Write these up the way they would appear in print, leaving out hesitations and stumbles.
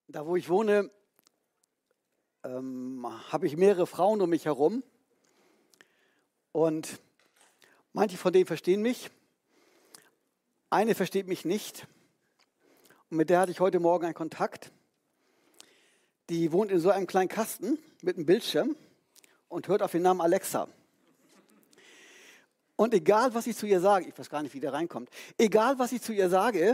Da, wo ich wohne, habe ich mehrere Frauen um mich herum und manche von denen verstehen mich, eine versteht mich nicht und mit der hatte ich heute Morgen einen Kontakt. Die wohnt in so einem kleinen Kasten mit einem Bildschirm und hört auf den Namen Alexa. Und egal, was ich zu ihr sage, ich weiß gar nicht, wie der reinkommt, egal, was ich zu ihr sage,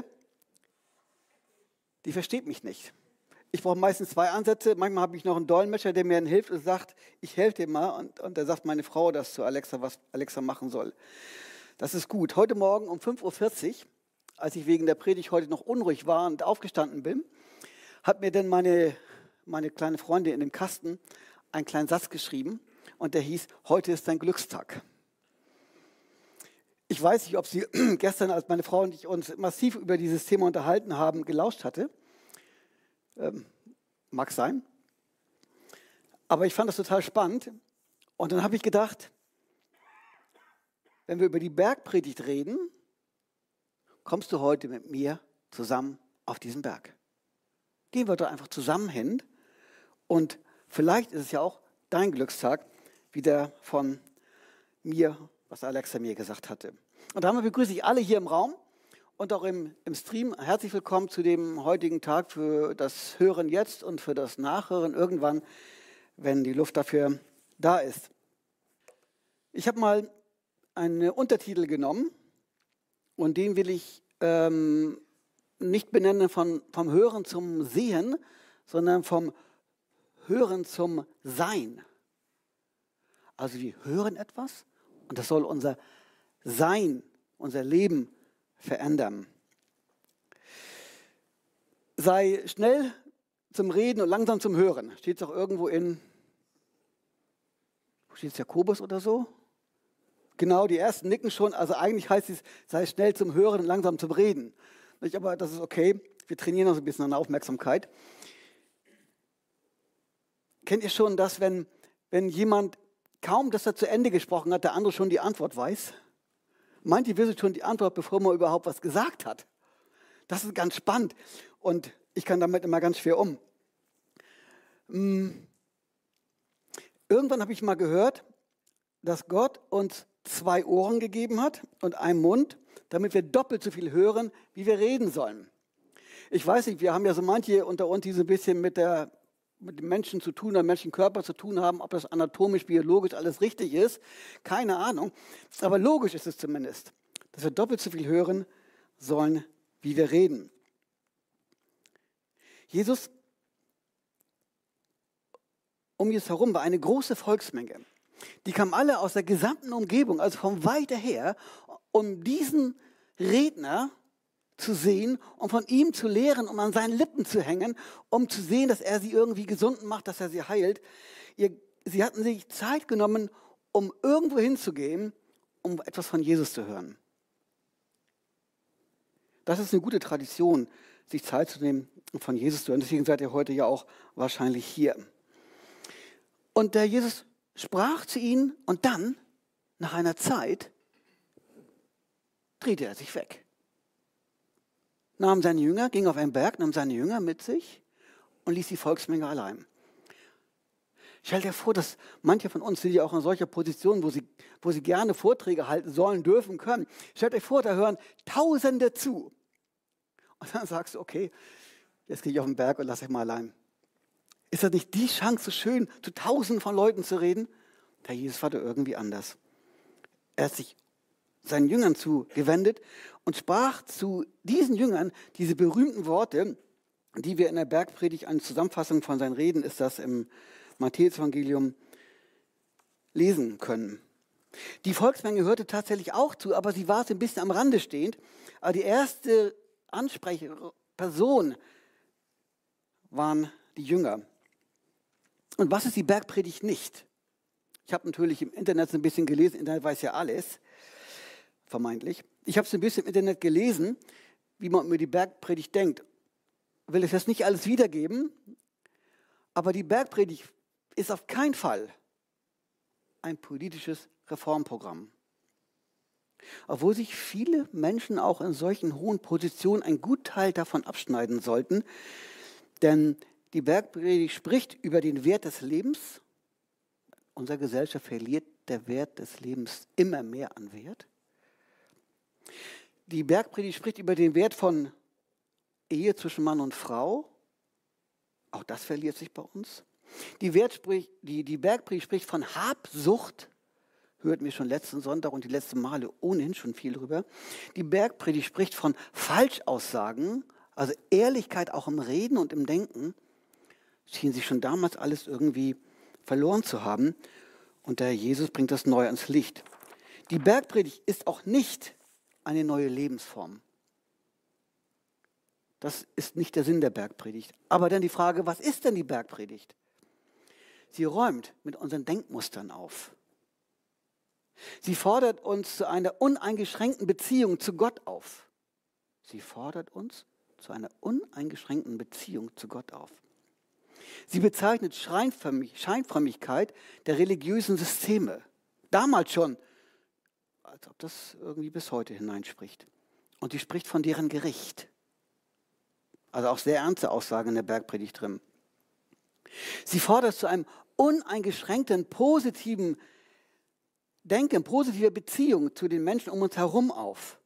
die versteht mich nicht. Ich brauche meistens 2 Ansätze. Manchmal habe ich noch einen Dolmetscher, der mir hilft und sagt, ich helfe dir mal. Und da sagt meine Frau das zu Alexa, was Alexa machen soll. Das ist gut. Heute Morgen um 5:40 Uhr, als ich wegen der Predigt heute noch unruhig war und aufgestanden bin, hat mir dann meine kleine Freundin in dem Kasten einen kleinen Satz geschrieben. Und der hieß, heute ist dein Glückstag. Ich weiß nicht, ob sie gestern, als meine Frau und ich uns massiv über dieses Thema unterhalten haben, gelauscht hatte. Mag sein. Aber ich fand das total spannend. Und dann habe ich gedacht, wenn wir über die Bergpredigt reden, kommst du heute mit mir zusammen auf diesen Berg. Gehen wir doch einfach zusammen hin. Und vielleicht ist es ja auch dein Glückstag, wie der von mir, was Alexa mir gesagt hatte. Und damit begrüße ich alle hier im Raum und auch im Stream. Herzlich willkommen zu dem heutigen Tag für das Hören jetzt und für das Nachhören irgendwann, wenn die Luft dafür da ist. Ich habe mal einen Untertitel genommen und den will ich nicht benennen vom Hören zum Sehen, sondern vom Hören zum Sein. Also wir hören etwas und das soll unser Sein, unser Leben verändern. Sei schnell zum Reden und langsam zum Hören. Steht es auch irgendwo in, wo steht es, Jakobus oder so? Genau, die ersten nicken schon. Also eigentlich heißt es, sei schnell zum Hören und langsam zum Reden. Aber das ist okay. Wir trainieren noch ein bisschen an Aufmerksamkeit. Kennt ihr schon das, wenn jemand kaum, dass er zu Ende gesprochen hat, der andere schon die Antwort weiß? Manche wissen schon die Antwort, bevor man überhaupt was gesagt hat. Das ist ganz spannend und ich kann damit immer ganz schwer um. Irgendwann habe ich mal gehört, dass Gott uns 2 Ohren gegeben hat und einen Mund, damit wir doppelt so viel hören, wie wir reden sollen. Ich weiß nicht, wir haben ja so manche unter uns, die so ein bisschen mit dem Menschen zu tun haben, Menschenkörper zu tun haben, ob das anatomisch, biologisch alles richtig ist, keine Ahnung. Aber logisch ist es zumindest, dass wir doppelt so viel hören sollen, wie wir reden. Um Jesus herum war eine große Volksmenge. Die kamen alle aus der gesamten Umgebung, also von weiter her, um diesen Redner zu sehen, um von ihm zu lehren, um an seinen Lippen zu hängen, um zu sehen, dass er sie irgendwie gesund macht, dass er sie heilt. Sie hatten sich Zeit genommen, um irgendwo hinzugehen, um etwas von Jesus zu hören. Das ist eine gute Tradition, sich Zeit zu nehmen, um von Jesus zu hören. Deswegen seid ihr heute ja auch wahrscheinlich hier. Und der Jesus sprach zu ihnen und dann, nach einer Zeit, drehte er sich weg. Nahm seine Jünger, ging auf einen Berg, nahm seine Jünger mit sich und ließ die Volksmenge allein. Stell dir vor, dass manche von uns sind ja auch in solcher Position, wo sie gerne Vorträge halten sollen, dürfen, können. Stell dir vor, da hören Tausende zu. Und dann sagst du, okay, jetzt gehe ich auf den Berg und lass dich mal allein. Ist das nicht die Chance, so schön zu Tausenden von Leuten zu reden? Der Jesus war da irgendwie anders. Er hat sich seinen Jüngern zugewendet und sprach zu diesen Jüngern diese berühmten Worte, die wir in der Bergpredigt, eine Zusammenfassung von seinen Reden ist das im Matthäus-Evangelium, lesen können. Die Volksmenge hörte tatsächlich auch zu, aber sie war so ein bisschen am Rande stehend. Aber die erste Ansprechperson waren die Jünger. Und was ist die Bergpredigt nicht? Ich habe natürlich im Internet so ein bisschen gelesen, Internet weiß ja alles, vermeintlich. Ich habe so ein bisschen im Internet gelesen, wie man über die Bergpredigt denkt. Ich will es jetzt nicht alles wiedergeben, aber die Bergpredigt ist auf keinen Fall ein politisches Reformprogramm. Obwohl sich viele Menschen auch in solchen hohen Positionen einen Gutteil davon abschneiden sollten, Denn die Bergpredigt spricht über den Wert des Lebens. Unsere Gesellschaft verliert der Wert des Lebens immer mehr an Wert. Die Bergpredigt spricht über den Wert von Ehe zwischen Mann und Frau. Auch das verliert sich bei uns. Die Bergpredigt spricht von Habsucht. Hörten wir schon letzten Sonntag und die letzten Male ohnehin schon viel drüber. Die Bergpredigt spricht von Falschaussagen, also Ehrlichkeit auch im Reden und im Denken. Schien sich schon damals alles irgendwie verloren zu haben. Und der Herr Jesus bringt das neu ans Licht. Die Bergpredigt ist auch nicht eine neue Lebensform. Das ist nicht der Sinn der Bergpredigt. Aber dann die Frage, was ist denn die Bergpredigt? Sie räumt mit unseren Denkmustern auf. Sie fordert uns zu einer uneingeschränkten Beziehung zu Gott auf. Sie fordert uns zu einer uneingeschränkten Beziehung zu Gott auf. Sie bezeichnet Scheinfrömmigkeit der religiösen Systeme. Damals schon, als ob das irgendwie bis heute hineinspricht. Und sie spricht von deren Gericht. Also auch sehr ernste Aussagen in der Bergpredigt drin. Sie fordert zu einem uneingeschränkten, positiven Denken, positiver Beziehung zu den Menschen um uns herum auf.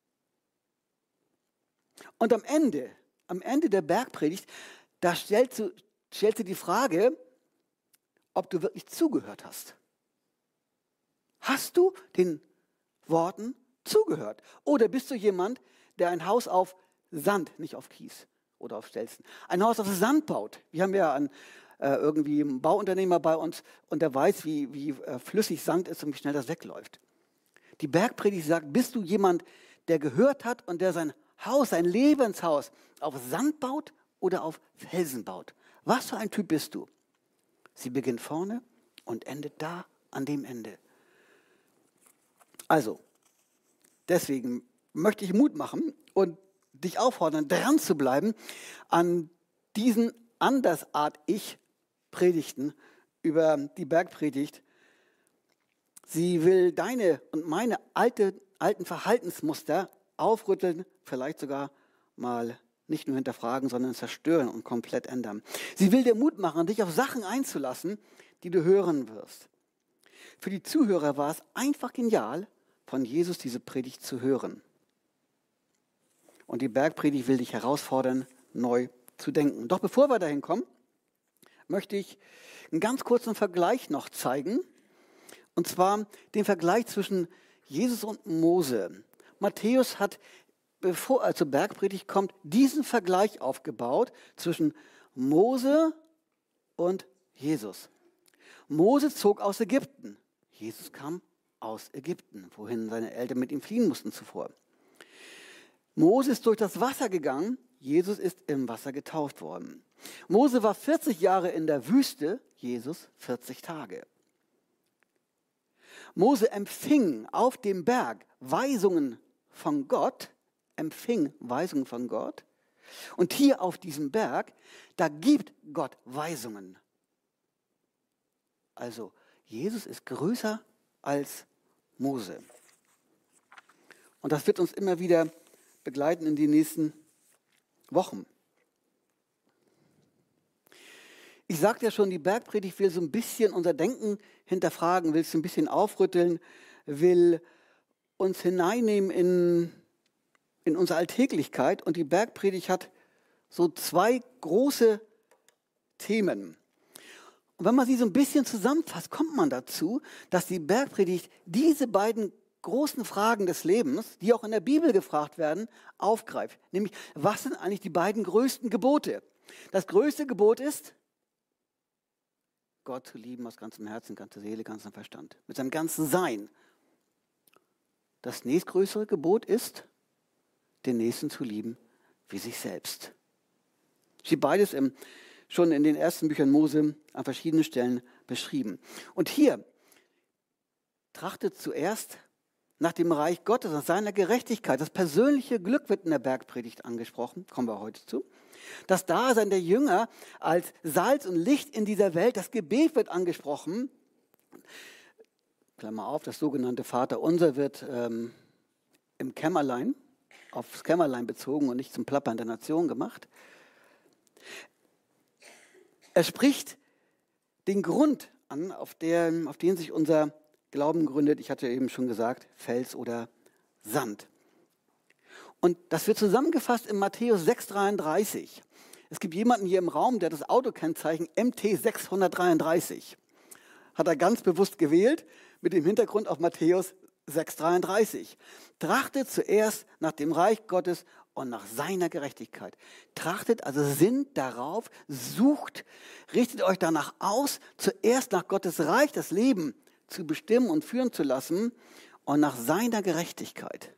Und am Ende der Bergpredigt, da stellt sie die Frage, ob du wirklich zugehört hast. Hast du den Worten zugehört? Oder bist du jemand, der ein Haus auf Sand, nicht auf Kies oder auf Stelzen, ein Haus auf Sand baut? Wir haben ja irgendwie einen Bauunternehmer bei uns und der weiß, wie flüssig Sand ist und wie schnell das wegläuft. Die Bergpredigt sagt, bist du jemand, der gehört hat und der sein Haus, sein Lebenshaus auf Sand baut oder auf Felsen baut? Was für ein Typ bist du? Sie beginnt vorne und endet da an dem Ende. Also, deswegen möchte ich Mut machen und dich auffordern, dran zu bleiben an diesen andersartig Predigten über die Bergpredigt. Sie will deine und meine alten Verhaltensmuster aufrütteln, vielleicht sogar mal nicht nur hinterfragen, sondern zerstören und komplett ändern. Sie will dir Mut machen, dich auf Sachen einzulassen, die du hören wirst. Für die Zuhörer war es einfach genial, von Jesus diese Predigt zu hören. Und die Bergpredigt will dich herausfordern, neu zu denken. Doch bevor wir dahin kommen, möchte ich einen ganz kurzen Vergleich noch zeigen. Und zwar den Vergleich zwischen Jesus und Mose. Matthäus hat, bevor er zur Bergpredigt kommt, diesen Vergleich aufgebaut zwischen Mose und Jesus. Mose zog aus Ägypten. Jesus kam aus Ägypten, wohin seine Eltern mit ihm fliehen mussten zuvor. Mose ist durch das Wasser gegangen, Jesus ist im Wasser getauft worden. Mose war 40 Jahre in der Wüste, Jesus 40 Tage. Mose empfing auf dem Berg Weisungen von Gott, und hier auf diesem Berg, da gibt Gott Weisungen. Also Jesus ist größer als Mose. Und das wird uns immer wieder begleiten in die nächsten Wochen. Ich sagte ja schon, die Bergpredigt will so ein bisschen unser Denken hinterfragen, will es ein bisschen aufrütteln, will uns hineinnehmen in unsere Alltäglichkeit. Und die Bergpredigt hat so zwei große Themen. Und wenn man sie so ein bisschen zusammenfasst, kommt man dazu, dass die Bergpredigt diese beiden großen Fragen des Lebens, die auch in der Bibel gefragt werden, aufgreift. Nämlich, was sind eigentlich die beiden größten Gebote? Das größte Gebot ist, Gott zu lieben aus ganzem Herzen, ganzer Seele, ganzem Verstand, mit seinem ganzen Sein. Das nächstgrößere Gebot ist, den Nächsten zu lieben wie sich selbst. Steht beides schon in den ersten Büchern Mose an verschiedenen Stellen beschrieben. Und hier trachtet zuerst nach dem Reich Gottes, nach seiner Gerechtigkeit. Das persönliche Glück wird in der Bergpredigt angesprochen, kommen wir heute zu. Das Dasein der Jünger als Salz und Licht in dieser Welt, das Gebet wird angesprochen. Klammer auf, das sogenannte Vaterunser wird im Kämmerlein, aufs Kämmerlein bezogen und nicht zum Plappern der Nation gemacht. Er spricht den Grund an, auf den sich unser Glauben gründet. Ich hatte eben schon gesagt, Fels oder Sand. Und das wird zusammengefasst in Matthäus 6,33. Es gibt jemanden hier im Raum, der das Autokennzeichen MT 633 hat er ganz bewusst gewählt, mit dem Hintergrund auf Matthäus 6,33. Trachtet zuerst nach dem Reich Gottes und nach seiner Gerechtigkeit. Trachtet, also sinnt darauf, sucht, richtet euch danach aus, zuerst nach Gottes Reich das Leben zu bestimmen und führen zu lassen und nach seiner Gerechtigkeit.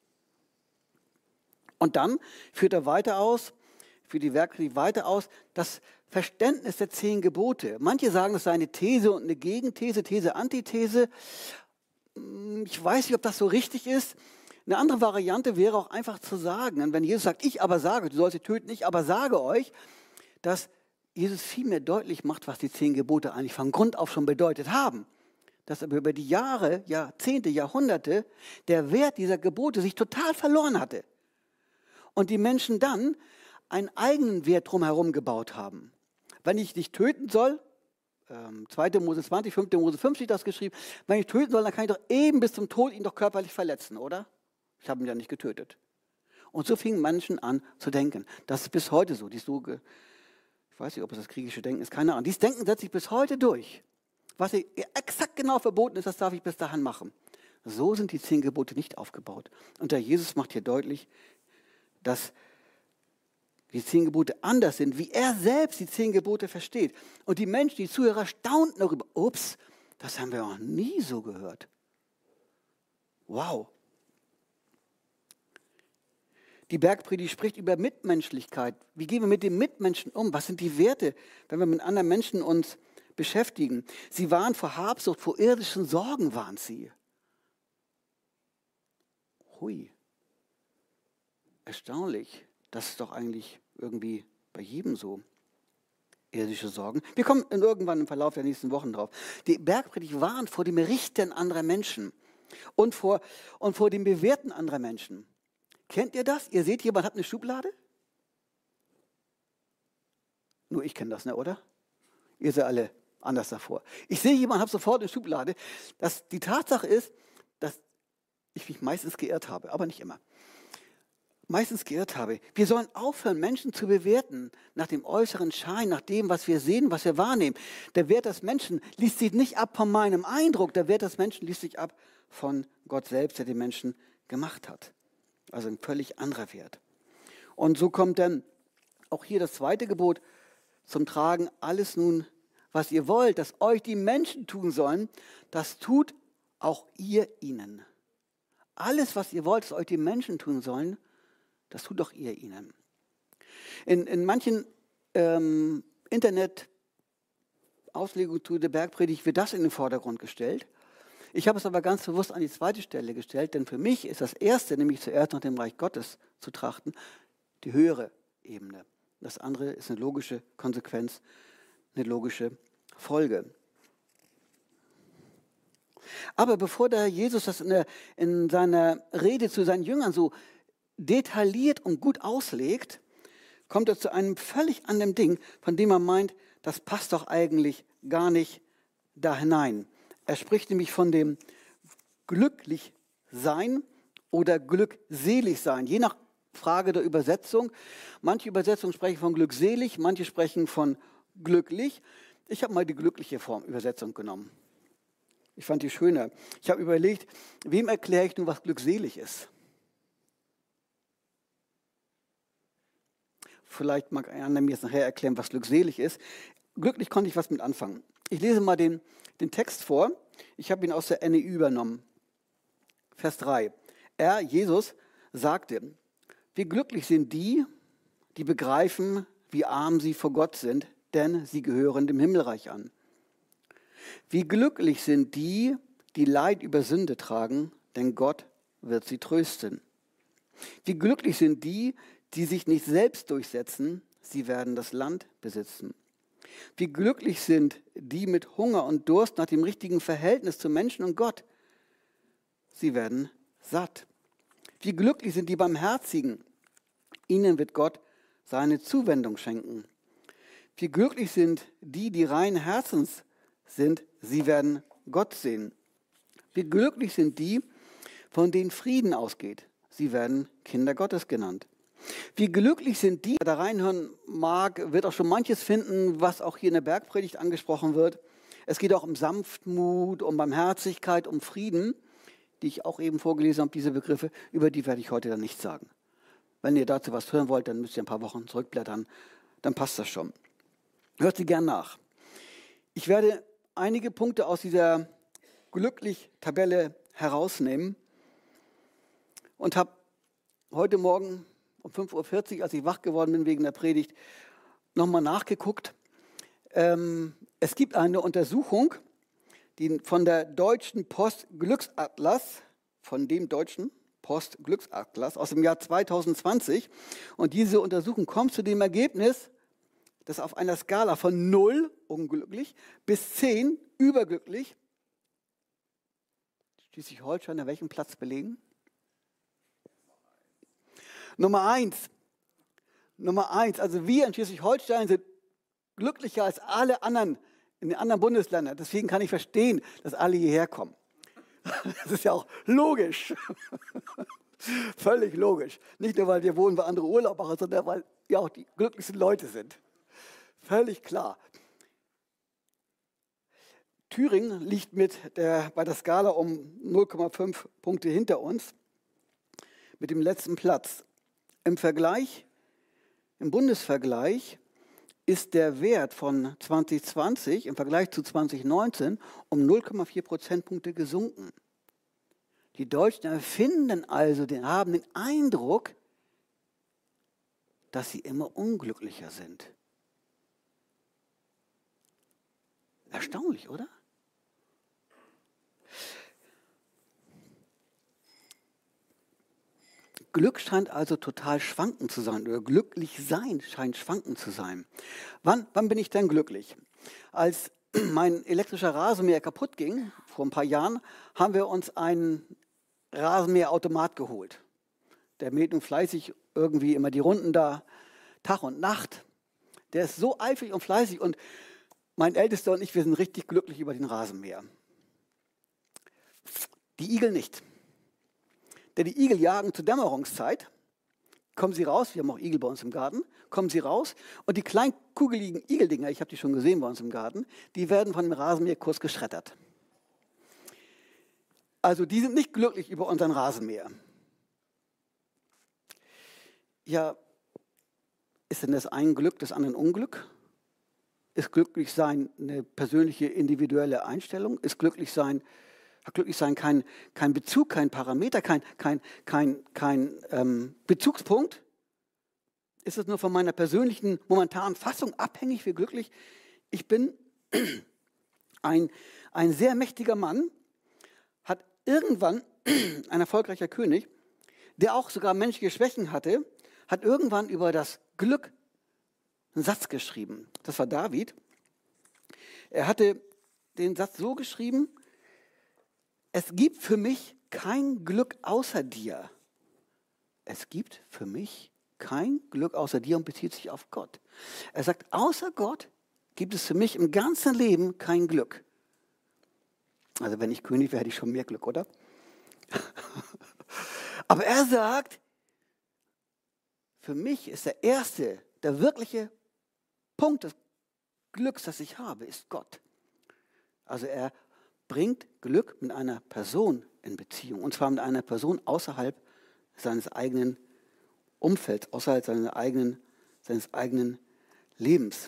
Und dann führt er weiter aus, führt die Werkpredigt weiter aus, das Verständnis der 10 Gebote. Manche sagen, das sei eine These und eine Gegenthese, These, Antithese. Ich weiß nicht, ob das so richtig ist. Eine andere Variante wäre auch einfach zu sagen, wenn Jesus sagt, ich aber sage, du sollst sie töten, ich aber sage euch, dass Jesus vielmehr deutlich macht, was die 10 Gebote eigentlich von Grund auf schon bedeutet haben. Dass aber über die Jahre, Jahrzehnte, Jahrhunderte der Wert dieser Gebote sich total verloren hatte. Und die Menschen dann einen eigenen Wert drumherum gebaut haben. Wenn ich dich töten soll, 2. Mose 20, 5. Mose 5 steht das geschrieben, wenn ich töten soll, dann kann ich doch eben bis zum Tod ihn doch körperlich verletzen, oder? Ich habe ihn ja nicht getötet. Und so fingen Menschen an zu denken. Das ist bis heute so. Ich weiß nicht, ob es das kriegerische Denken ist, keine Ahnung. Dieses Denken setzt sich bis heute durch. Was exakt genau verboten ist, das darf ich bis dahin machen. So sind die 10 Gebote nicht aufgebaut. Und der Jesus macht hier deutlich, dass die 10 Gebote anders sind, wie er selbst die 10 Gebote versteht. Und die Menschen, die Zuhörer, staunten darüber. Ups, das haben wir noch nie so gehört. Wow. Die Bergpredigt spricht über Mitmenschlichkeit. Wie gehen wir mit den Mitmenschen um? Was sind die Werte, wenn wir mit anderen Menschen uns beschäftigen? Sie waren vor Habsucht, vor irdischen Sorgen waren sie. Hui. Erstaunlich. Das ist doch eigentlich irgendwie bei jedem so. Irdische Sorgen. Wir kommen irgendwann im Verlauf der nächsten Wochen drauf. Die Bergpredigt warnt vor dem Richten anderer Menschen und vor dem Bewerten anderer Menschen. Kennt ihr das? Ihr seht, jemand hat eine Schublade? Nur ich kenne das, ne, oder? Ihr seid alle anders davor. Ich sehe jemanden, habe sofort eine Schublade. Die Tatsache ist, dass ich mich meistens geirrt habe, aber nicht immer. Wir sollen aufhören, Menschen zu bewerten nach dem äußeren Schein, nach dem, was wir sehen, was wir wahrnehmen. Der Wert des Menschen liest sich nicht ab von meinem Eindruck, der Wert des Menschen liest sich ab von Gott selbst, der den Menschen gemacht hat. Also ein völlig anderer Wert. Und so kommt dann auch hier das 2. Gebot zum Tragen. Alles nun, was ihr wollt, dass euch die Menschen tun sollen, das tut auch ihr ihnen. Alles, was ihr wollt, dass euch die Menschen tun sollen, das tut doch ihr ihnen. In manchen Internet-Auslegungen zu der Bergpredigt wird das in den Vordergrund gestellt. Ich habe es aber ganz bewusst an die 2. Stelle gestellt, denn für mich ist das Erste, nämlich zuerst nach dem Reich Gottes zu trachten, die höhere Ebene. Das andere ist eine logische Konsequenz, eine logische Folge. Aber bevor der Jesus das in seiner Rede zu seinen Jüngern so detailliert und gut auslegt, kommt er zu einem völlig anderen Ding, von dem er meint, das passt doch eigentlich gar nicht da hinein. Er spricht nämlich von dem Glücklichsein oder Glückselig-Sein, je nach Frage der Übersetzung. Manche Übersetzungen sprechen von glückselig, manche sprechen von glücklich. Ich habe mal die glückliche Übersetzung genommen. Ich fand die schöner. Ich habe überlegt, wem erkläre ich nun, was glückselig ist? Vielleicht mag einer mir jetzt nachher erklären, was glückselig ist. Glücklich konnte ich was mit anfangen. Ich lese mal den Text vor. Ich habe ihn aus der NEU übernommen. Vers 3. Jesus, sagte, wie glücklich sind die, die begreifen, wie arm sie vor Gott sind, denn sie gehören dem Himmelreich an. Wie glücklich sind die, die Leid über Sünde tragen, denn Gott wird sie trösten. Wie glücklich sind die, die sich nicht selbst durchsetzen, sie werden das Land besitzen. Wie glücklich sind die mit Hunger und Durst nach dem richtigen Verhältnis zu Menschen und Gott, sie werden satt. Wie glücklich sind die Barmherzigen, ihnen wird Gott seine Zuwendung schenken. Wie glücklich sind die, die reinen Herzens sind, sie werden Gott sehen. Wie glücklich sind die, von denen Frieden ausgeht, sie werden Kinder Gottes genannt. Wie glücklich sind die, wer da reinhören mag, wird auch schon manches finden, was auch hier in der Bergpredigt angesprochen wird. Es geht auch um Sanftmut, um Barmherzigkeit, um Frieden, die ich auch eben vorgelesen habe, diese Begriffe, über die werde ich heute dann nichts sagen. Wenn ihr dazu was hören wollt, dann müsst ihr ein paar Wochen zurückblättern, dann passt das schon. Hört sie gern nach. Ich werde einige Punkte aus dieser Glücklich-Tabelle herausnehmen und habe heute Morgen um 5:40 Uhr, als ich wach geworden bin wegen der Predigt, nochmal nachgeguckt. Es gibt eine Untersuchung, die von der Deutschen Post Glücksatlas, von dem Deutschen Post Glücksatlas aus dem Jahr 2020. Und diese Untersuchung kommt zu dem Ergebnis, dass auf einer Skala von 0, unglücklich, bis 10, überglücklich, Schleswig-Holstein an welchem Platz belegen? Nummer 1. Also wir in Schleswig-Holstein sind glücklicher als alle anderen in den anderen Bundesländern. Deswegen kann ich verstehen, dass alle hierher kommen. Das ist ja auch logisch. Völlig logisch. Nicht nur, weil wir wohnen, weil andere Urlaub machen, sondern weil wir auch die glücklichsten Leute sind. Völlig klar. Thüringen liegt bei der Skala um 0,5 Punkte hinter uns mit dem letzten Platz. Im Bundesvergleich ist der Wert von 2020 im Vergleich zu 2019 um 0,4 Prozentpunkte gesunken. Die Deutschen haben den Eindruck, dass sie immer unglücklicher sind. Erstaunlich, oder? Glück scheint also total schwankend zu sein oder glücklich sein scheint schwankend zu sein. Wann bin ich denn glücklich? Als mein elektrischer Rasenmäher kaputt ging, vor ein paar Jahren, haben wir uns einen Rasenmäherautomat geholt. Der mäht nun fleißig irgendwie immer die Runden da, Tag und Nacht. Der ist so eifrig und fleißig und mein Ältester und ich, wir sind richtig glücklich über den Rasenmäher. Die Igel nicht. Denn die Igel jagen zur Dämmerungszeit, kommen sie raus, wir haben auch Igel bei uns im Garten, kommen sie raus und die kleinen kugeligen Igeldinger, ich habe die schon gesehen bei uns im Garten, die werden von dem Rasenmäher kurz geschreddert. Also die sind nicht glücklich über unseren Rasenmäher. Ja, ist denn das ein Glück, das andere Unglück? Ist glücklich sein eine persönliche, individuelle Einstellung? Hat glücklich sein kein Bezug, kein Parameter, kein Bezugspunkt? Ist es nur von meiner persönlichen, momentanen Fassung abhängig, wie glücklich ich bin? Ein sehr mächtiger Mann hat irgendwann, ein erfolgreicher König, der auch sogar menschliche Schwächen hatte, hat irgendwann über das Glück einen Satz geschrieben. Das war David. Er hatte den Satz so geschrieben: Es gibt für mich kein Glück außer dir. Es gibt für mich kein Glück außer dir, und bezieht sich auf Gott. Er sagt, außer Gott gibt es für mich im ganzen Leben kein Glück. Also wenn ich König wäre, hätte ich schon mehr Glück, oder? Aber er sagt, für mich ist der wirkliche Punkt des Glücks, das ich habe, ist Gott. Also er bringt Glück mit einer Person in Beziehung. Und zwar mit einer Person außerhalb seines eigenen Umfelds, außerhalb seines eigenen Lebens.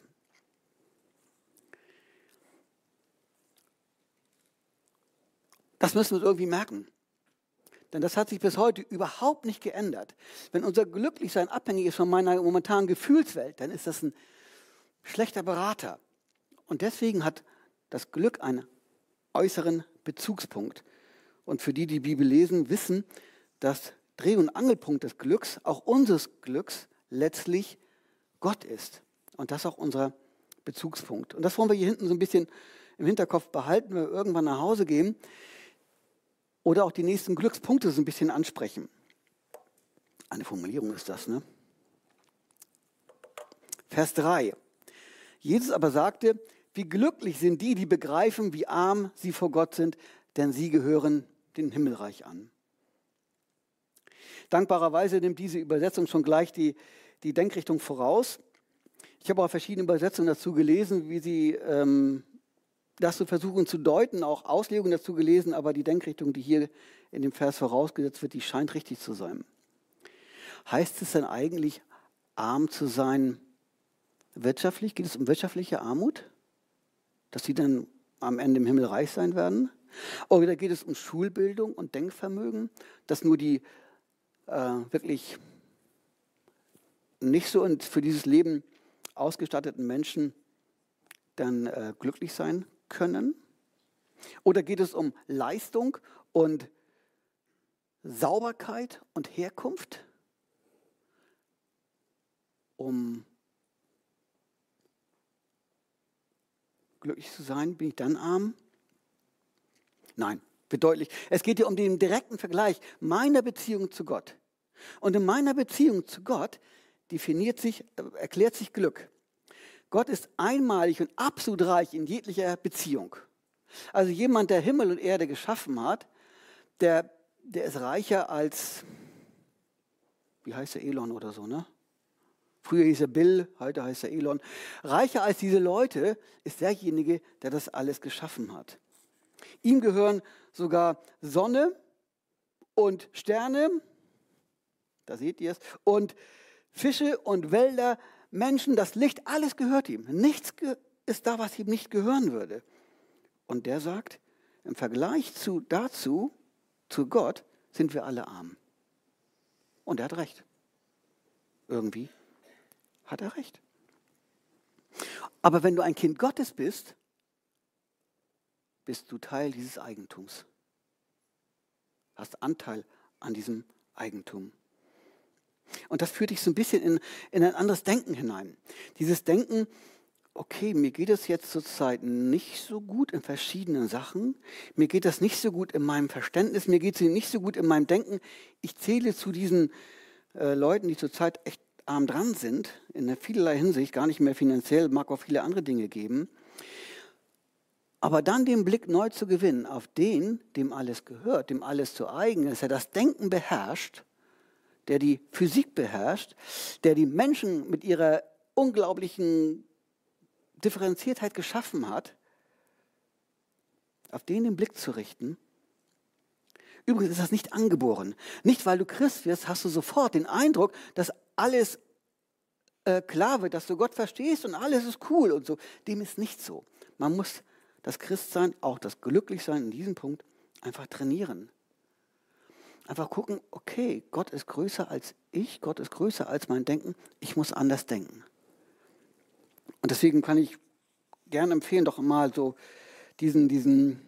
Das müssen wir uns irgendwie merken. Denn das hat sich bis heute überhaupt nicht geändert. Wenn unser Glücklichsein abhängig ist von meiner momentanen Gefühlswelt, dann ist das ein schlechter Berater. Und deswegen hat das Glück einen äußeren Bezugspunkt. Und für die Bibel lesen, wissen, dass Dreh- und Angelpunkt des Glücks, auch unseres Glücks, letztlich Gott ist. Und das ist auch unser Bezugspunkt. Und das wollen wir hier hinten so ein bisschen im Hinterkopf behalten, wenn wir irgendwann nach Hause gehen oder auch die nächsten Glückspunkte so ein bisschen ansprechen. Eine Formulierung ist das, ne? Vers 3. Jesus aber sagte, wie glücklich sind die, die begreifen, wie arm sie vor Gott sind, denn sie gehören dem Himmelreich an. Dankbarerweise nimmt diese Übersetzung schon gleich die Denkrichtung voraus. Ich habe auch verschiedene Übersetzungen dazu gelesen, wie sie das so versuchen zu deuten, auch Auslegungen dazu gelesen, aber die Denkrichtung, die hier in dem Vers vorausgesetzt wird, die scheint richtig zu sein. Heißt es denn eigentlich, arm zu sein wirtschaftlich? Geht es um wirtschaftliche Armut? Dass sie dann am Ende im Himmel reich sein werden? Oder geht es um Schulbildung und Denkvermögen, dass nur die wirklich nicht so und für dieses Leben ausgestatteten Menschen dann glücklich sein können? Oder geht es um Leistung und Sauberkeit und Herkunft? Um glücklich zu sein, bin ich dann arm? Nein, wird deutlich. Es geht hier um den direkten Vergleich meiner Beziehung zu Gott. Und in meiner Beziehung zu Gott erklärt sich Glück. Gott ist einmalig und absolut reich in jeglicher Beziehung. Also jemand, der Himmel und Erde geschaffen hat, der ist reicher als, wie heißt der, Elon oder so, ne? Früher hieß er Bill, heute heißt er Elon. Reicher als diese Leute ist derjenige, der das alles geschaffen hat. Ihm gehören sogar Sonne und Sterne, da seht ihr es, und Fische und Wälder, Menschen, das Licht, alles gehört ihm. Nichts ist da, was ihm nicht gehören würde. Und der sagt, im Vergleich zu Gott, sind wir alle arm. Und er hat recht. Irgendwie hat er recht. Aber wenn du ein Kind Gottes bist, bist du Teil dieses Eigentums. Hast Anteil an diesem Eigentum. Und das führt dich so ein bisschen in ein anderes Denken hinein. Dieses Denken, okay, mir geht es jetzt zurzeit nicht so gut in verschiedenen Sachen, mir geht das nicht so gut in meinem Verständnis, mir geht es nicht so gut in meinem Denken. Ich zähle zu diesen Leuten, die zurzeit echt arm dran sind, in vielerlei Hinsicht, gar nicht mehr finanziell, mag auch viele andere Dinge geben. Aber dann den Blick neu zu gewinnen auf den, dem alles gehört, dem alles zu eigen ist, der das Denken beherrscht, der die Physik beherrscht, der die Menschen mit ihrer unglaublichen Differenziertheit geschaffen hat, auf den Blick zu richten. Übrigens ist das nicht angeboren. Nicht, weil du Christ wirst, hast du sofort den Eindruck, dass alles klar wird, dass du Gott verstehst und alles ist cool und so. Dem ist nicht so. Man muss das Christsein, auch das Glücklichsein in diesem Punkt einfach trainieren. Einfach gucken, okay, Gott ist größer als ich, Gott ist größer als mein Denken, ich muss anders denken. Und deswegen kann ich gerne empfehlen, doch mal so diesen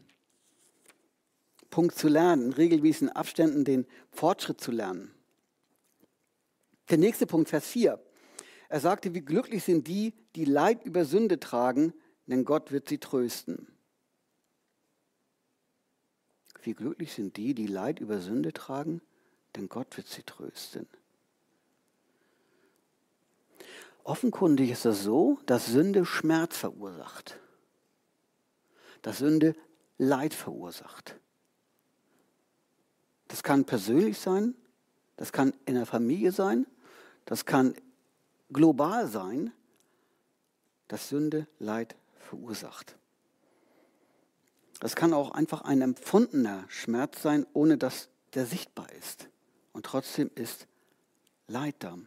Punkt zu lernen, in regelmäßigen Abständen den Fortschritt zu lernen. Der nächste Punkt, Vers 4. Er sagte, wie glücklich sind die, die Leid über Sünde tragen, denn Gott wird sie trösten. Wie glücklich sind die, die Leid über Sünde tragen, denn Gott wird sie trösten. Offenkundig ist es so, dass Sünde Schmerz verursacht. Dass Sünde Leid verursacht. Das kann persönlich sein, das kann in der Familie sein, das kann global sein, dass Sünde Leid verursacht. Das kann auch einfach ein empfundener Schmerz sein, ohne dass der sichtbar ist. Und trotzdem ist Leid da.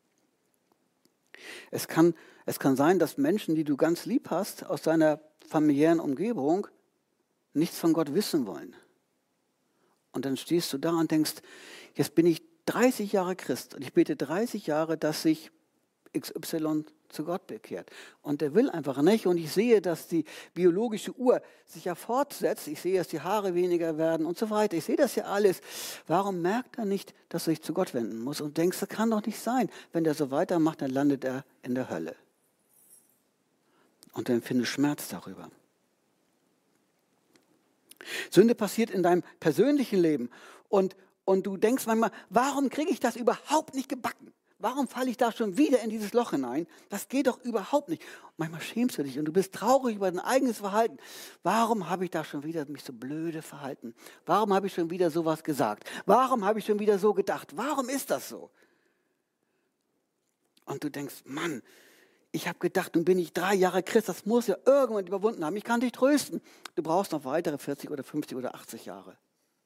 Es kann sein, dass Menschen, die du ganz lieb hast, aus deiner familiären Umgebung, nichts von Gott wissen wollen. Und dann stehst du da und denkst, jetzt bin ich 30 Jahre Christ und ich bete 30 Jahre, dass sich XY zu Gott bekehrt. Und der will einfach nicht. Und ich sehe, dass die biologische Uhr sich ja fortsetzt. Ich sehe, dass die Haare weniger werden und so weiter. Ich sehe das ja alles. Warum merkt er nicht, dass er sich zu Gott wenden muss? Und denkst, das kann doch nicht sein. Wenn der so weitermacht, dann landet er in der Hölle. Und dann empfindest Schmerz darüber. Sünde passiert in deinem persönlichen Leben. Und du denkst manchmal, warum kriege ich das überhaupt nicht gebacken? Warum falle ich da schon wieder in dieses Loch hinein? Das geht doch überhaupt nicht. Manchmal schämst du dich und du bist traurig über dein eigenes Verhalten. Warum habe ich da schon wieder mich so blöde verhalten? Warum habe ich schon wieder sowas gesagt? Warum habe ich schon wieder so gedacht? Warum ist das so? Und du denkst, Mann, ich habe gedacht, nun bin ich 3 Jahre Christ, das muss ja irgendwann überwunden haben. Ich kann dich trösten. Du brauchst noch weitere 40 oder 50 oder 80 Jahre.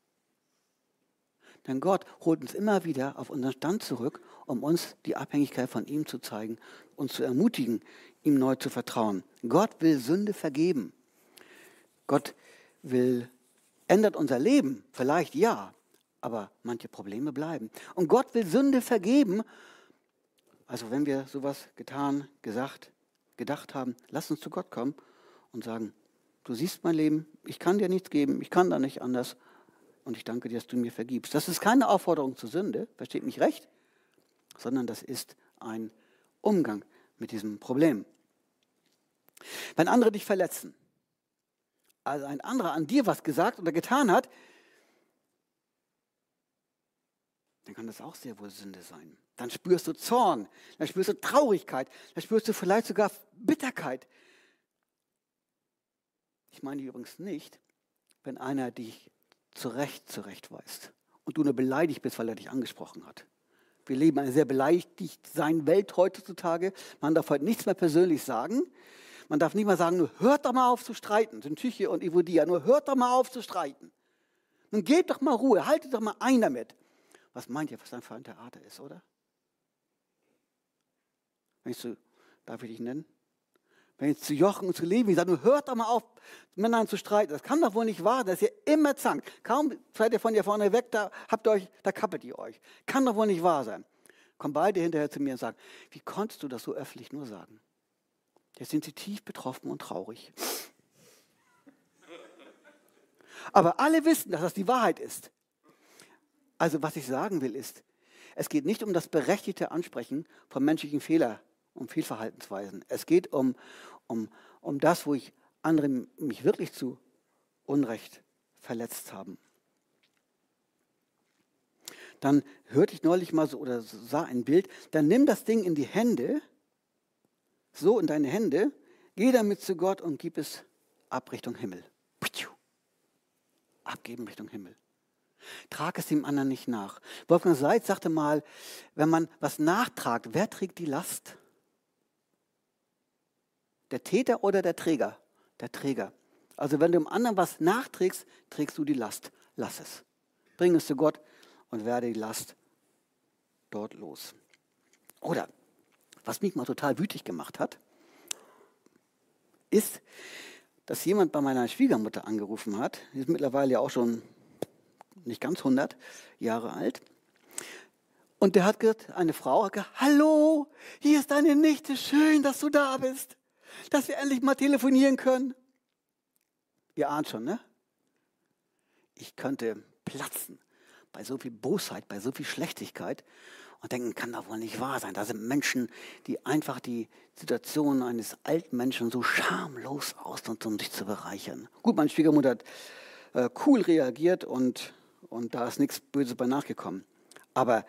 Denn Gott holt uns immer wieder auf unseren Stand zurück, um uns die Abhängigkeit von ihm zu zeigen, uns zu ermutigen, ihm neu zu vertrauen. Gott will Sünde vergeben. Gott ändert unser Leben, vielleicht ja, aber manche Probleme bleiben. Und Gott will Sünde vergeben. Also wenn wir sowas getan, gesagt, gedacht haben, lass uns zu Gott kommen und sagen, du siehst mein Leben, ich kann dir nichts geben, ich kann da nicht anders. Und ich danke dir, dass du mir vergibst. Das ist keine Aufforderung zur Sünde, versteht mich recht, sondern das ist ein Umgang mit diesem Problem. Wenn andere dich verletzen, also ein anderer an dir was gesagt oder getan hat, dann kann das auch sehr wohl Sünde sein. Dann spürst du Zorn, dann spürst du Traurigkeit, dann spürst du vielleicht sogar Bitterkeit. Ich meine übrigens nicht, wenn einer dich zurechtweist und du nur beleidigt bist, weil er dich angesprochen hat. Wir leben in einer sehr beleidigt-sein Welt heutzutage. Man darf heute nichts mehr persönlich sagen. Man darf nicht mal sagen, nur hört doch mal auf zu streiten. Sind Tyche und Evodia, nur hört doch mal auf zu streiten. Nun gebt doch mal Ruhe, haltet doch mal ein damit. Was meint ihr, was das für ein Theater ist, oder? Darf ich dich nennen? Wenn ich zu Jochen und zu Levi sage, nur hört doch mal auf, miteinander zu streiten. Das kann doch wohl nicht wahr sein, dass ihr immer zankt. Kaum seid ihr von hier vorne weg, da kappelt ihr euch. Kann doch wohl nicht wahr sein. Kommen beide hinterher zu mir und sagen, wie konntest du das so öffentlich nur sagen? Jetzt sind sie tief betroffen und traurig. Aber alle wissen, dass das die Wahrheit ist. Also was ich sagen will ist, es geht nicht um das berechtigte Ansprechen von menschlichen Fehlern und Fehlverhaltensweisen. Es geht um das, wo andere mich wirklich zu Unrecht verletzt haben. Dann hörte ich neulich mal so oder sah ein Bild, dann nimm das Ding in die Hände, so in deine Hände, geh damit zu Gott und gib es ab Richtung Himmel. Abgeben Richtung Himmel. Trag es dem anderen nicht nach. Wolfgang Seitz sagte mal, wenn man was nachtragt, wer trägt die Last? Der Täter oder der Träger? Der Träger. Also wenn du dem anderen was nachträgst, trägst du die Last. Lass es. Bring es zu Gott und werde die Last dort los. Oder, was mich mal total wütig gemacht hat, ist, dass jemand bei meiner Schwiegermutter angerufen hat. Die ist mittlerweile ja auch schon nicht ganz 100 Jahre alt. Und der hat gesagt, eine Frau hat gesagt, hallo, hier ist deine Nichte, schön, dass du da bist, dass wir endlich mal telefonieren können. Ihr ahnt schon, ne? Ich könnte platzen bei so viel Bosheit, bei so viel Schlechtigkeit und denken, kann doch wohl nicht wahr sein. Da sind Menschen, die einfach die Situation eines alten Menschen so schamlos ausnutzen, um sich zu bereichern. Gut, meine Schwiegermutter hat cool reagiert und da ist nichts Böses bei nachgekommen. Aber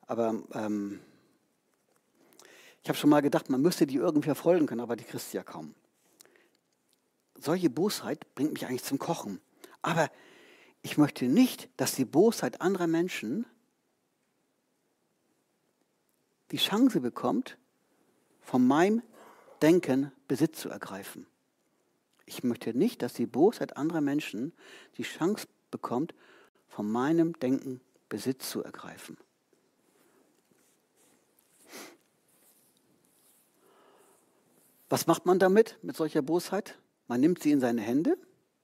ich habe schon mal gedacht, man müsste die irgendwie verfolgen können, aber die kriegst du ja kaum. Solche Bosheit bringt mich eigentlich zum Kochen. Aber ich möchte nicht, dass die Bosheit anderer Menschen die Chance bekommt, von meinem Denken Besitz zu ergreifen. Ich möchte nicht, dass die Bosheit anderer Menschen die Chance bekommt, von meinem Denken Besitz zu ergreifen. Was macht man damit, mit solcher Bosheit? Man nimmt sie in seine Hände,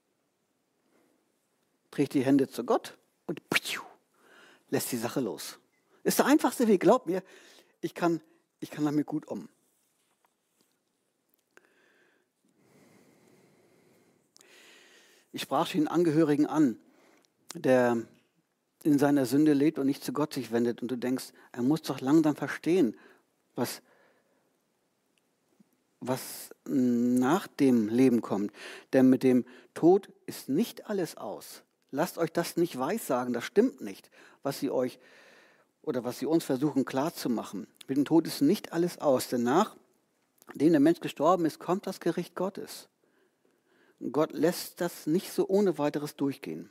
trägt die Hände zu Gott und lässt die Sache los. Ist der einfachste Weg, glaub mir, ich kann damit gut um. Ich sprach den Angehörigen an, der in seiner Sünde lebt und nicht zu Gott sich wendet und du denkst, er muss doch langsam verstehen, was nach dem Leben kommt. Denn mit dem Tod ist nicht alles aus. Lasst euch das nicht weissagen, das stimmt nicht, was sie euch oder was sie uns versuchen klarzumachen. Mit dem Tod ist nicht alles aus, denn nachdem der Mensch gestorben ist, kommt das Gericht Gottes. Und Gott lässt das nicht so ohne weiteres durchgehen.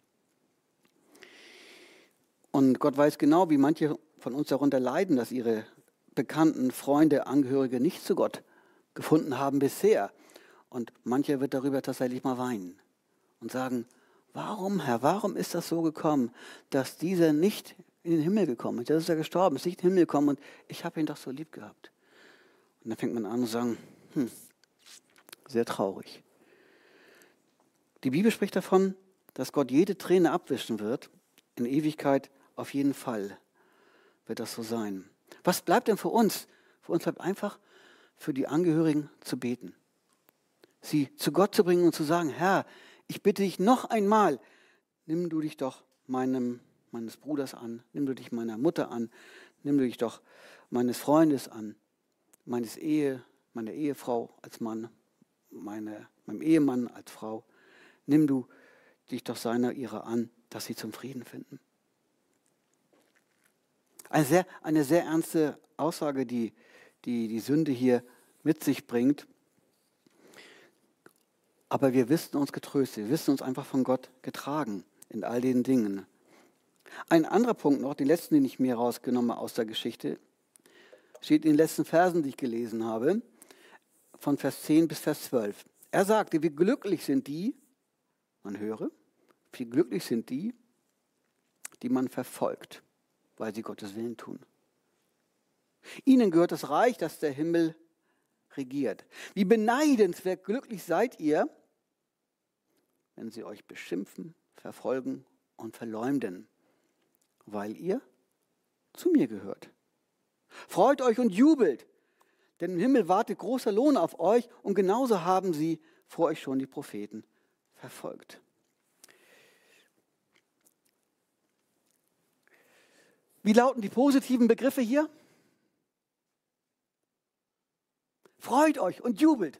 Und Gott weiß genau, wie manche von uns darunter leiden, dass ihre Bekannten, Freunde, Angehörige nicht zu Gott gefunden haben bisher. Und mancher wird darüber tatsächlich mal weinen und sagen, warum, Herr, warum ist das so gekommen, dass dieser nicht in den Himmel gekommen ist? Der ist ja gestorben, ist nicht in den Himmel gekommen und ich habe ihn doch so lieb gehabt. Und dann fängt man an und sagen, sehr traurig. Die Bibel spricht davon, dass Gott jede Träne abwischen wird. In Ewigkeit auf jeden Fall wird das so sein. Was bleibt denn für uns? Für uns bleibt einfach, für die Angehörigen zu beten. Sie zu Gott zu bringen und zu sagen, Herr, ich bitte dich noch einmal, nimm du dich doch meines Bruders an, nimm du dich meiner Mutter an, nimm du dich doch meines Freundes an, meiner Ehefrau als Mann, meinem Ehemann als Frau. Nimm du dich doch ihrer an, dass sie zum Frieden finden. Eine sehr ernste Aussage, die Sünde hier mit sich bringt. Aber wir wissen uns getröstet, wir wissen uns einfach von Gott getragen in all den Dingen. Ein anderer Punkt noch, den letzten, den ich mir rausgenommen habe aus der Geschichte, steht in den letzten Versen, die ich gelesen habe, von Vers 10 bis Vers 12. Er sagte, wie glücklich sind die, man höre, wie glücklich sind die man verfolgt, weil sie Gottes Willen tun. Ihnen gehört das Reich, das der Himmel regiert. Wie beneidenswert glücklich seid ihr, wenn sie euch beschimpfen, verfolgen und verleumden, weil ihr zu mir gehört. Freut euch und jubelt, denn im Himmel wartet großer Lohn auf euch und genauso haben sie vor euch schon die Propheten verfolgt. Wie lauten die positiven Begriffe hier? Freut euch und jubelt.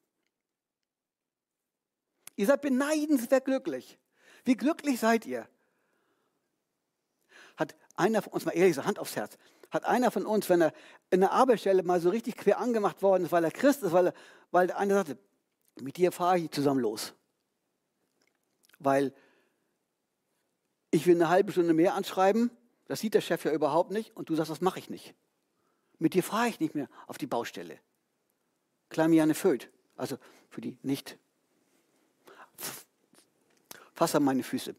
Ihr seid beneidenswert glücklich. Wie glücklich seid ihr? Hat einer von uns, mal ehrlich, so Hand aufs Herz, hat einer von uns, wenn er in der Arbeitsstelle mal so richtig quer angemacht worden ist, weil er Christ ist, weil der eine sagte, mit dir fahre ich zusammen los. Weil ich will eine halbe Stunde mehr anschreiben, das sieht der Chef ja überhaupt nicht und du sagst, das mache ich nicht. Mit dir fahre ich nicht mehr auf die Baustelle. Kleimiane Föt, also für die nicht, fass an meine Füße.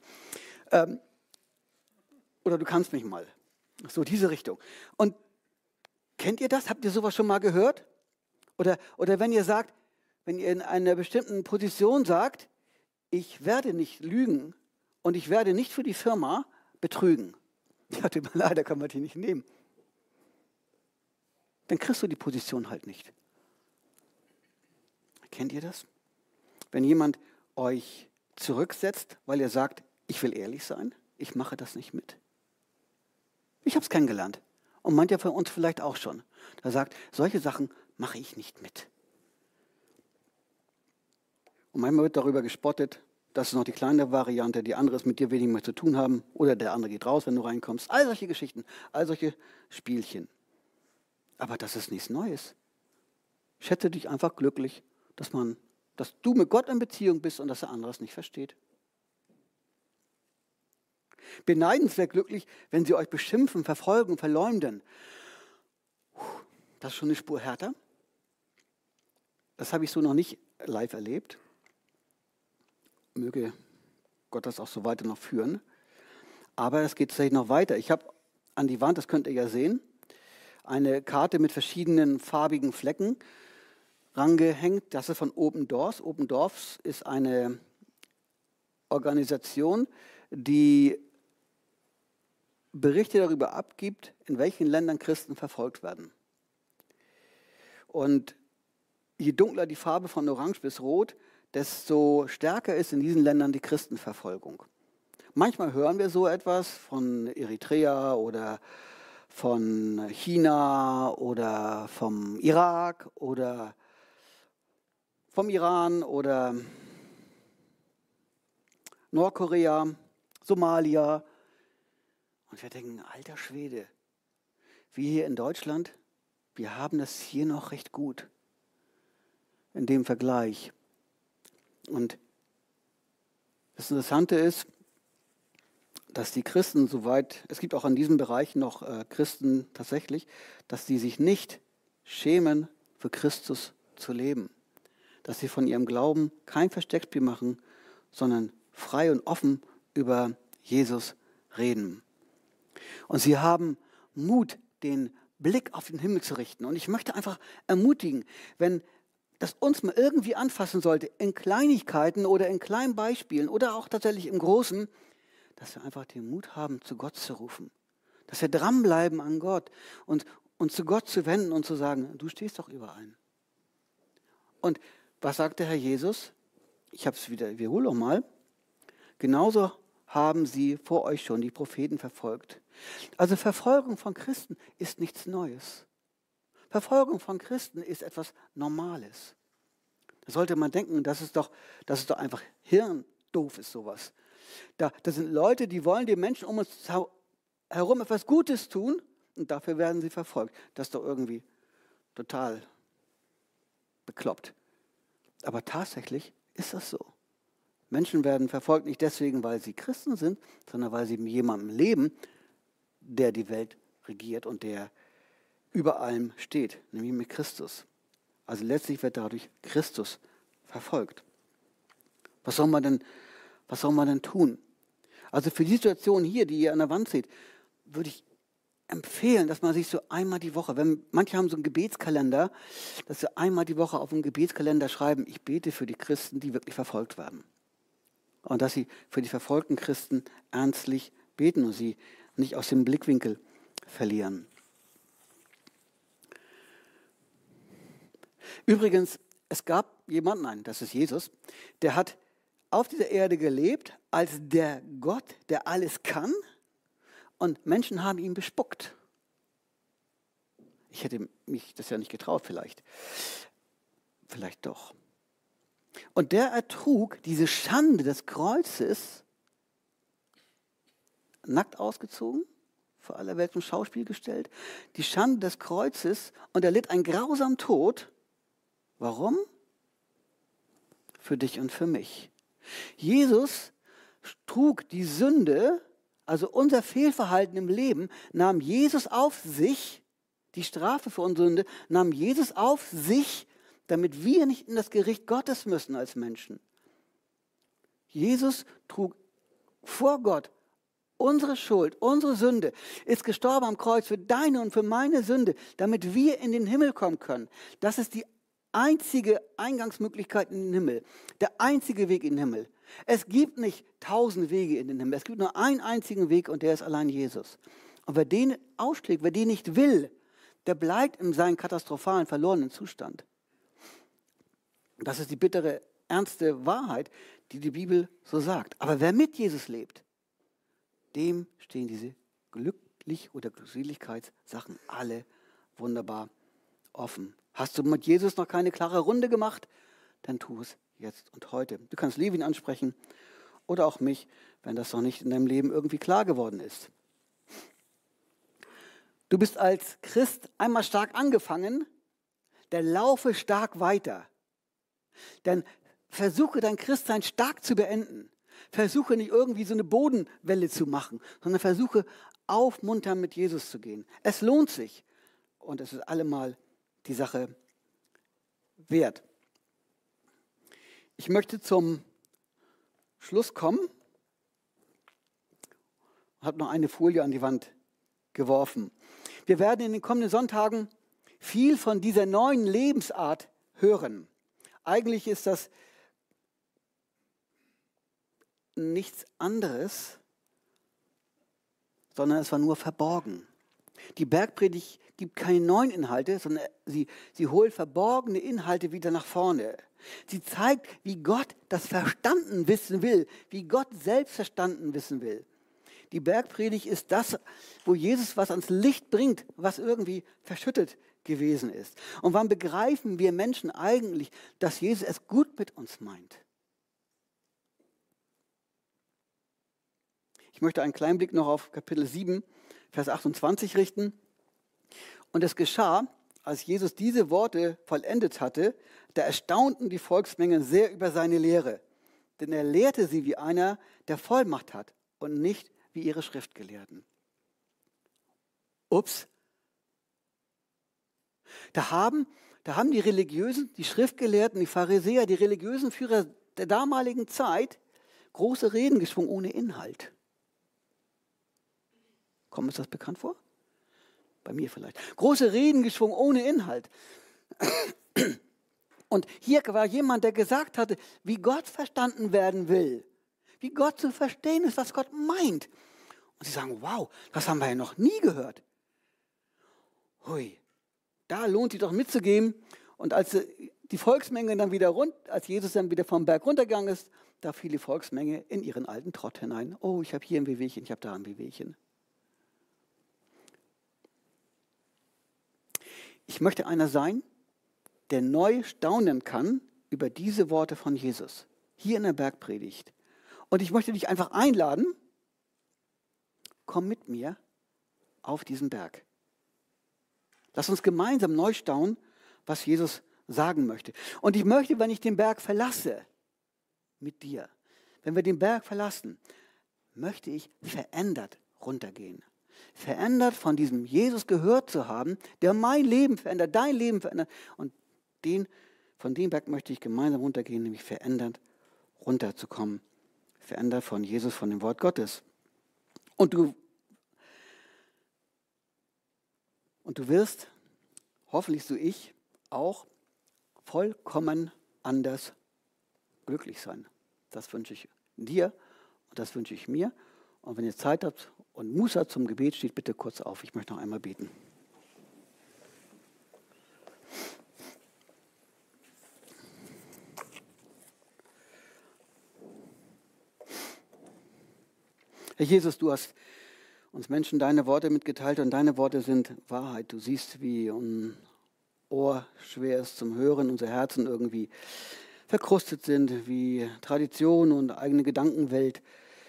Oder du kannst mich mal. So diese Richtung. Und kennt ihr das? Habt ihr sowas schon mal gehört? Oder wenn ihr sagt, wenn ihr in einer bestimmten Position sagt, ich werde nicht lügen und ich werde nicht für die Firma betrügen. Ja, tut mir leid, da kann man die nicht nehmen. Dann kriegst du die Position halt nicht. Kennt ihr das? Wenn jemand euch zurücksetzt, weil ihr sagt, ich will ehrlich sein, ich mache das nicht mit. Ich habe es kennengelernt. Und mancher von uns vielleicht auch schon. Der sagt, solche Sachen mache ich nicht mit. Und manchmal wird darüber gespottet, das ist noch die kleine Variante, die andere ist mit dir wenig mehr zu tun haben oder der andere geht raus, wenn du reinkommst. All solche Geschichten, all solche Spielchen. Aber das ist nichts Neues. Schätze dich einfach glücklich, dass du mit Gott in Beziehung bist und dass der andere es nicht versteht. Beneidenswert glücklich, wenn sie euch beschimpfen, verfolgen, verleumden. Das ist schon eine Spur härter. Das habe ich so noch nicht live erlebt. Möge Gott das auch so weiter noch führen. Aber es geht tatsächlich noch weiter. Ich habe an die Wand, das könnt ihr ja sehen, eine Karte mit verschiedenen farbigen Flecken rangehängt. Das ist von Open Doors. Open Doors ist eine Organisation, die Berichte darüber abgibt, in welchen Ländern Christen verfolgt werden. Und je dunkler die Farbe von Orange bis Rot, desto stärker ist in diesen Ländern die Christenverfolgung. Manchmal hören wir so etwas von Eritrea oder von China oder vom Irak oder vom Iran oder Nordkorea, Somalia. Und wir denken, alter Schwede, wir hier in Deutschland, wir haben das hier noch recht gut in dem Vergleich. Und das Interessante ist, dass die Christen, soweit, es gibt auch in diesem Bereich noch Christen tatsächlich, dass die sich nicht schämen, für Christus zu leben. Dass sie von ihrem Glauben kein Versteckspiel machen, sondern frei und offen über Jesus reden. Und sie haben Mut, den Blick auf den Himmel zu richten. Und ich möchte einfach ermutigen, wenn das uns mal irgendwie anfassen sollte, in Kleinigkeiten oder in kleinen Beispielen oder auch tatsächlich im Großen, dass wir einfach den Mut haben, zu Gott zu rufen. Dass wir dranbleiben an Gott und uns zu Gott zu wenden und zu sagen, du stehst doch über allen. Und was sagt der Herr Jesus? Ich habe es wieder, wiederhole noch mal. Genauso haben sie vor euch schon die Propheten verfolgt. Also Verfolgung von Christen ist nichts Neues. Verfolgung von Christen ist etwas Normales. Da sollte man denken, das ist doch einfach hirndoof ist sowas. Das sind Leute, die wollen den Menschen um uns herum etwas Gutes tun und dafür werden sie verfolgt. Das ist doch irgendwie total bekloppt. Aber tatsächlich ist das so. Menschen werden verfolgt nicht deswegen, weil sie Christen sind, sondern weil sie mit jemandem leben, der die Welt regiert und der über allem steht, nämlich mit Christus. Also letztlich wird dadurch Christus verfolgt. Was soll man denn tun? Also für die Situation hier, die ihr an der Wand seht, würde ich empfehlen, dass man sich so einmal die Woche, manche haben so einen Gebetskalender, dass sie einmal die Woche auf dem Gebetskalender schreiben, ich bete für die Christen, die wirklich verfolgt werden. Und dass sie für die verfolgten Christen ernstlich beten und sie nicht aus dem Blickwinkel verlieren. Übrigens, es gab jemanden, nein, das ist Jesus, der hat auf dieser Erde gelebt als der Gott, der alles kann, und Menschen haben ihn bespuckt. Ich hätte mich das ja nicht getraut, vielleicht. Vielleicht doch. Und der ertrug diese Schande des Kreuzes, nackt ausgezogen, vor aller Welt zum Schauspiel gestellt, die Schande des Kreuzes, und er litt einen grausamen Tod. Warum? Für dich und für mich. Jesus trug die Sünde, also unser Fehlverhalten im Leben, nahm Jesus auf sich, die Strafe für unsere Sünde, nahm Jesus auf sich, damit wir nicht in das Gericht Gottes müssen als Menschen. Jesus trug vor Gott unsere Schuld, unsere Sünde, ist gestorben am Kreuz für deine und für meine Sünde, damit wir in den Himmel kommen können. Das ist die einzige Eingangsmöglichkeit in den Himmel, der einzige Weg in den Himmel. Es gibt nicht 1000 Wege in den Himmel, es gibt nur einen einzigen Weg und der ist allein Jesus. Und wer den ausschlägt, wer den nicht will, der bleibt in seinem katastrophalen, verlorenen Zustand. Das ist die bittere, ernste Wahrheit, die die Bibel so sagt. Aber wer mit Jesus lebt, dem stehen diese Glücklich- oder Glückseligkeitssachen alle wunderbar offen. Hast du mit Jesus noch keine klare Runde gemacht? Dann tu es jetzt und heute. Du kannst Levin ansprechen oder auch mich, wenn das noch nicht in deinem Leben irgendwie klar geworden ist. Du bist als Christ einmal stark angefangen, dann laufe stark weiter. Dann versuche dein Christsein stark zu beenden. Versuche nicht irgendwie so eine Bodenwelle zu machen, sondern versuche aufmunternd mit Jesus zu gehen. Es lohnt sich und es ist allemal die Sache wert. Ich möchte zum Schluss kommen. Ich habe noch eine Folie an die Wand geworfen. Wir werden in den kommenden Sonntagen viel von dieser neuen Lebensart hören. Eigentlich ist das nichts anderes, sondern es war nur verborgen. Die Bergpredigt gibt keine neuen Inhalte, sondern sie holt verborgene Inhalte wieder nach vorne. Sie zeigt, wie Gott das verstanden wissen will, wie Gott selbst verstanden wissen will. Die Bergpredigt ist das, wo Jesus was ans Licht bringt, was irgendwie verschüttet gewesen ist. Und wann begreifen wir Menschen eigentlich, dass Jesus es gut mit uns meint? Ich möchte einen kleinen Blick noch auf Kapitel 7, Vers 28 richten. Und es geschah, als Jesus diese Worte vollendet hatte, da erstaunten die Volksmengen sehr über seine Lehre. Denn er lehrte sie wie einer, der Vollmacht hat und nicht wie ihre Schriftgelehrten. Ups. Da haben die Religiösen, die Schriftgelehrten, die Pharisäer, die religiösen Führer der damaligen Zeit große Reden geschwungen ohne Inhalt. Kommt uns das bekannt vor? Bei mir vielleicht. Große Reden geschwungen ohne Inhalt. Und hier war jemand, der gesagt hatte, wie Gott verstanden werden will. Wie Gott zu verstehen ist, was Gott meint. Und sie sagen, wow, das haben wir ja noch nie gehört. Hui, da lohnt sich doch mitzugeben. Und als die Volksmenge dann wieder als Jesus dann wieder vom Berg runtergegangen ist, da fiel die Volksmenge in ihren alten Trott hinein. Oh, ich habe hier ein Wehwehchen, ich habe da ein Wehwehchen. Ich möchte einer sein, der neu staunen kann über diese Worte von Jesus, hier in der Bergpredigt. Und ich möchte dich einfach einladen, komm mit mir auf diesen Berg. Lass uns gemeinsam neu staunen, was Jesus sagen möchte. Und ich möchte, wenn ich den Berg verlasse, mit dir, wenn wir den Berg verlassen, möchte ich verändert runtergehen. Verändert von diesem Jesus gehört zu haben, der mein Leben verändert, dein Leben verändert. Und von dem Berg möchte ich gemeinsam runtergehen, nämlich verändert runterzukommen. Verändert von Jesus, von dem Wort Gottes. Und du wirst, hoffentlich so ich, auch vollkommen anders glücklich sein. Das wünsche ich dir und das wünsche ich mir. Und wenn ihr Zeit habt und Muße zum Gebet, steht bitte kurz auf. Ich möchte noch einmal beten. Herr Jesus, du hast uns Menschen deine Worte mitgeteilt und deine Worte sind Wahrheit. Du siehst, wie ein Ohr schwer ist zum Hören, unsere Herzen irgendwie verkrustet sind, wie Tradition und eigene Gedankenwelt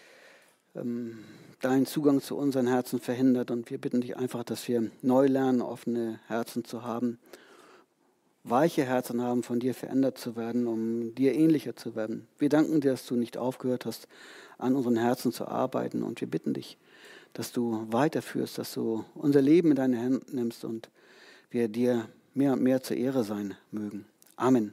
deinen Zugang zu unseren Herzen verhindert. Und wir bitten dich einfach, dass wir neu lernen, offene Herzen zu haben, weiche Herzen haben, von dir verändert zu werden, um dir ähnlicher zu werden. Wir danken dir, dass du nicht aufgehört hast, an unseren Herzen zu arbeiten. Und wir bitten dich, dass du weiterführst, dass du unser Leben in deine Hände nimmst und wir dir mehr und mehr zur Ehre sein mögen. Amen.